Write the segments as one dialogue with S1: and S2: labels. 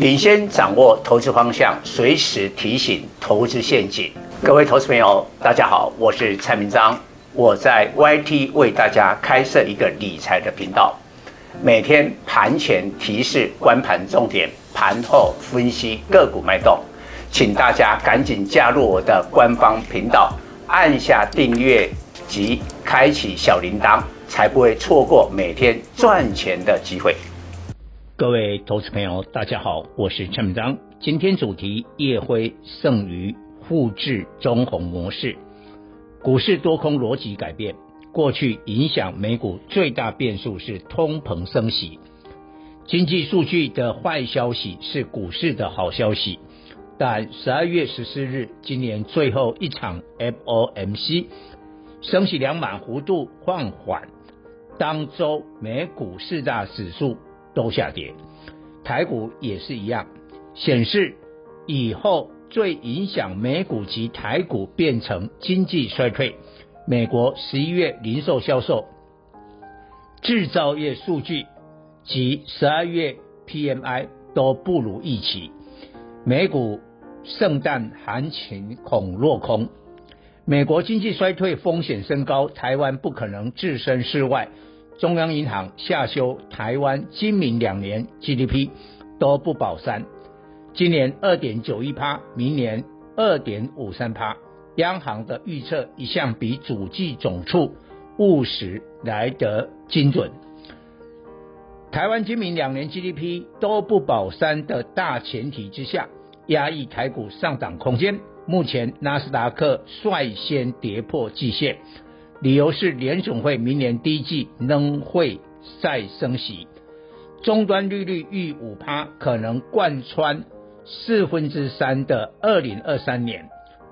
S1: 领先掌握投资方向，随时提醒投资陷阱。各位投资朋友，大家好，我是蔡明彰，我在 YT 为大家开设一个理财的频道，每天盘前提示观盘重点，盘后分析个股脉动，请大家赶紧加入我的官方频道，按下订阅及开启小铃铛，才不会错过每天赚钱的机会。各位投资朋友，大家好，我是陈明章。今天主题：夜辉剩余复制中红模式。股市多空逻辑改变，过去影响美股最大变数是通膨升息，经济数据的坏消息是股市的好消息。但12月14日，今年最后一场 FOMC 升息两码幅度放缓，当周美股四大指数都下跌，台股也是一样，显示以后最影响美股及台股变成经济衰退。美国11月零售销售、制造业数据及12月 PMI 都不如预期，美股圣诞行情恐落空，美国经济衰退风险升高，台湾不可能置身事外。中央银行下修台湾今明两年 GDP 都不保三，今年 2.91%， 明年 2.53%， 央行的预测一向比主计总处务实来得精准。台湾今明两年 GDP 都不保三的大前提之下，压抑台股上涨空间，目前纳斯达克率先跌破季线，理由是联准会明年第一季仍会再升息，终端利率逾 5%， 可能贯穿3/4的2023年，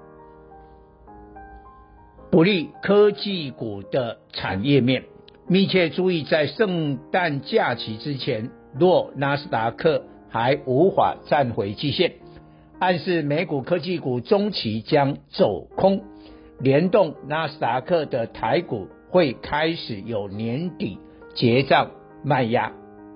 S1: 不利科技股的产业面。密切注意在圣诞假期之前，若纳斯达克还无法站回季线，暗示美股科技股中期将走空，联动纳斯达克的台股会开始有年底结账卖压。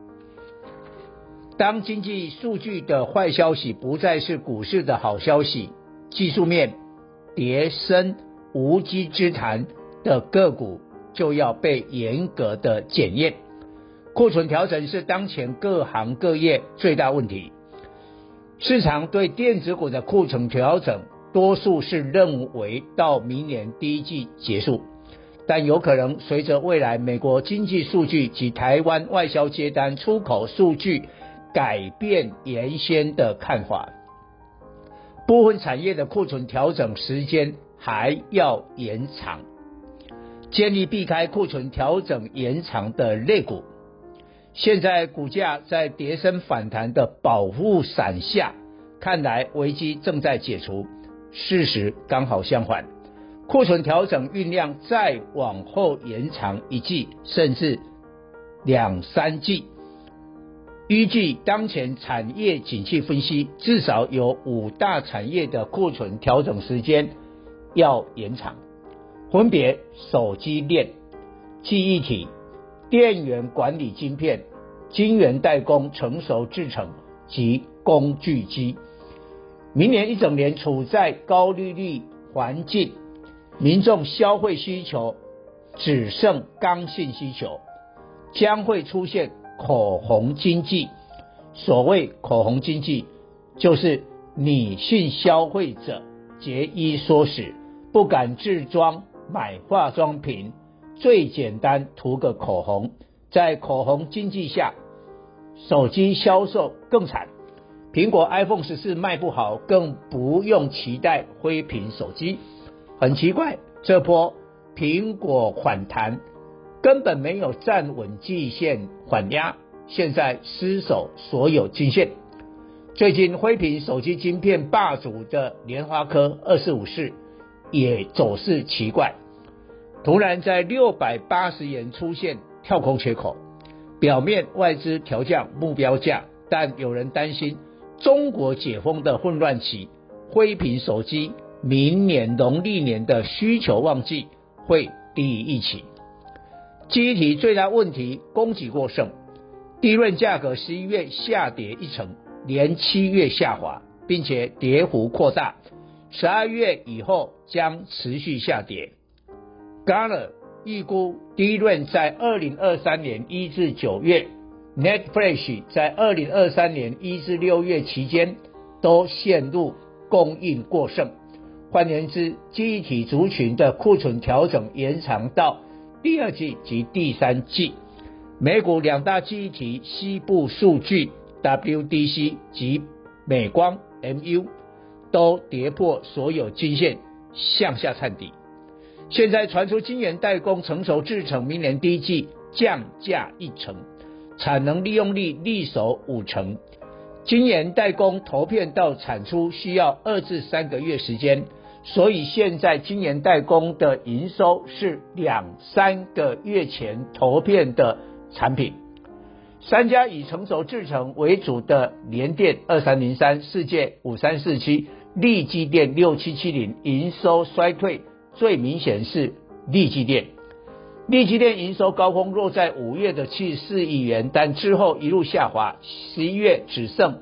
S1: 当经济数据的坏消息不再是股市的好消息，技术面跌升无稽之谈的个股就要被严格的检验。库存调整是当前各行各业最大问题，市场对电子股的库存调整多数是认为到明年第一季结束，但有可能随着未来美国经济数据及台湾外销接单出口数据改变原先的看法，部分产业的库存调整时间还要延长，建议避开库存调整延长的类股。现在股价在跌升反弹的保护伞下，看来危机正在解除。事实刚好相反，库存调整酝酿再往后延长1季甚至2-3季。依据当前产业景气分析，至少有5大产业的库存调整时间要延长，分别手机链、记忆体、电源管理晶片、晶圆代工、成熟制程及工具机。明年一整年处在高利率环境，民众消费需求只剩刚性需求，将会出现口红经济。所谓口红经济，就是女性消费者节衣缩食，不敢置装买化妆品，最简单涂个口红。在口红经济下，手机销售更惨，苹果 iPhone 14卖不好，更不用期待灰屏手机。很奇怪，这波苹果反弹根本没有站稳季线缓压，现在失守所有均线。最近灰屏手机晶片霸主的联发科2454也走势奇怪，突然在680元出现跳空缺口，表面外资调降目标价，但有人担心中国解封的混乱期，灰屏手机明年农历年的需求旺季会低于预期。记忆体最大问题供给过剩，低润价格11月下跌1成， 连7月下滑，并且跌幅扩大，12月以后将持续下跌。Gartner 预估低润在2023年1至9月 Netflix 在2023年1至6月期间都陷入供应过剩，换言之，记忆体族群的库存调整延长到第二季及第三季。美股2大记忆体西部数据 WDC 及美光 MU 都跌破所有均线，向下探底。现在传出晶圆代工成熟制程明年第一季降价1成，产能利用率力守5成。晶圆代工投片到产出需要2至3个月时间，所以现在晶圆代工的营收是2-3个月前投片的产品。3家以成熟制程为主的联电2303、世界5347、力积电6770营收衰退，最明显是力积电。力积电营收高峰落在5月的74亿元，但之后一路下滑，11月只剩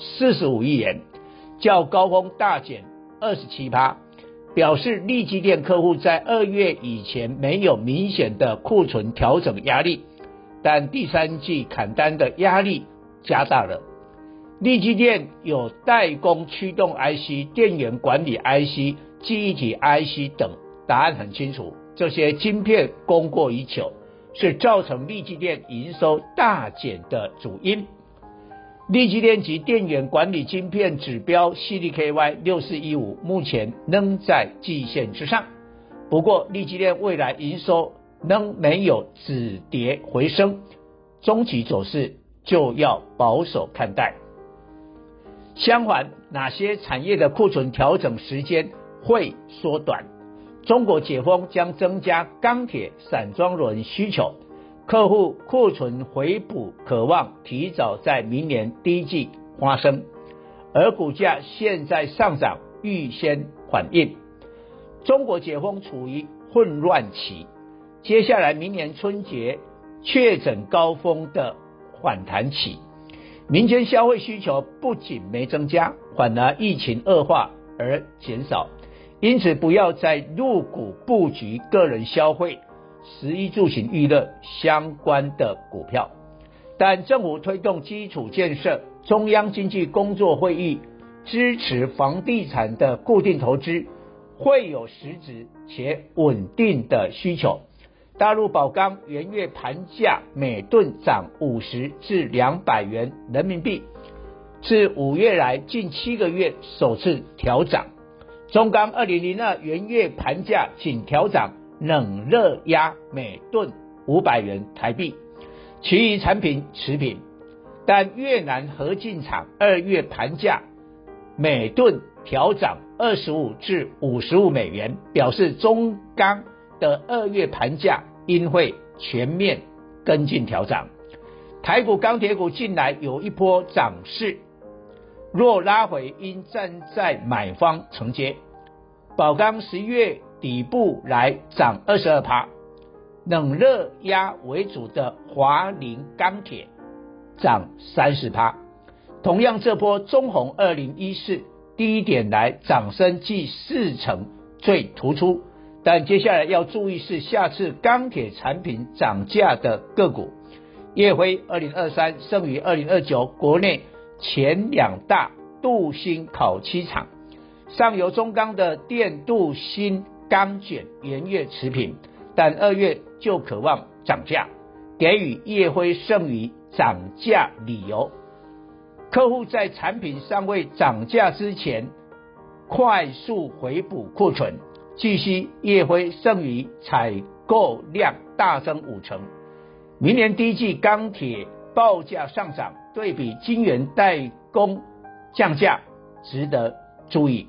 S1: 45亿元，较高峰大减27%，表示力积电客户在2月以前没有明显的库存调整压力，但第三季砍单的压力加大了。力积电有代工驱动 IC、电源管理 IC、记忆体 IC 等，答案很清楚，这些晶片供过于求，是造成力积电营收大减的主因。力积电及电源管理晶片指标 CDKY 6415目前仍在季线之上，不过力积电未来营收仍没有止跌回升，中期走势就要保守看待。相反，哪些产业的库存调整时间会缩短？中国解封将增加钢铁、散装轮需求，客户库存回补可望提早在明年第一季发生，而股价现在上涨预先反应。中国解封处于混乱期，接下来明年春节确诊高峰的反弹期，民间消费需求不仅没增加，反而疫情恶化而减少，因此不要再入股布局个人消费、食衣住行娱乐相关的股票。但政府推动基础建设，中央经济工作会议支持房地产的固定投资，会有实质且稳定的需求。大陆宝钢元月盘价每吨涨50至200元人民币，自5月来近7个月首次调涨。中钢2002元月盘价仅调涨冷热压每吨500元台币，其余产品持平。但越南合进厂2月盘价每吨调涨25至55美元，表示中钢的2月盘价应会全面跟进调涨。台股钢铁股近来有一波涨势，若拉回应站在买方承接。宝钢11月底部来涨22%，冷热压为主的华菱钢铁涨30%。同样这波中鸿2014低点来涨升近4成最突出，但接下来要注意是下次钢铁产品涨价的个股。燁辉2023胜于2029国内前2大镀锌烤漆厂，上游中钢的电镀锌钢卷元月持平，但2月就渴望涨价，给予燁辉剩余涨价理由。客户在产品尚未涨价之前快速回补库存，据悉燁辉剩余采购量大增5成。明年第一季钢铁报价上涨，对比晶圆代工降价值得注意。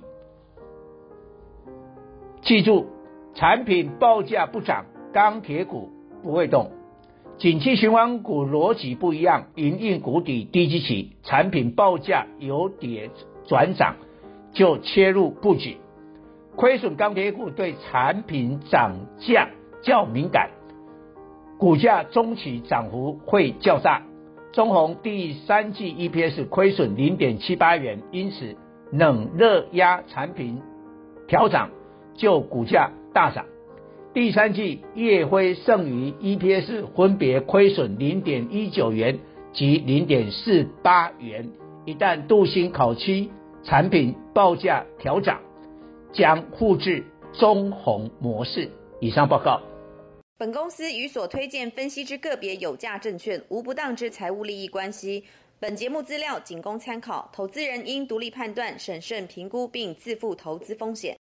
S1: 记住，产品报价不涨，钢铁股不会动。景气循环股逻辑不一样，营运谷底低基期，产品报价由跌转涨，就切入布局。亏损钢铁股对产品涨价较敏感，股价中期涨幅会较大。 中鸿第三季 EPS 亏损 0.78 元，因此冷热压产品调涨，就股价大涨。第三季燁辉、剩余 EPS 分别亏损 0.19 元及 0.48 元，一旦镀锌烤漆产品报价调涨，将复制中鸿模式。以上报告。
S2: 本公司与所推荐分析之个别有价证券无不当之财务利益关系。本节目资料仅供参考，投资人应独立判断、审慎评估并自负投资风险。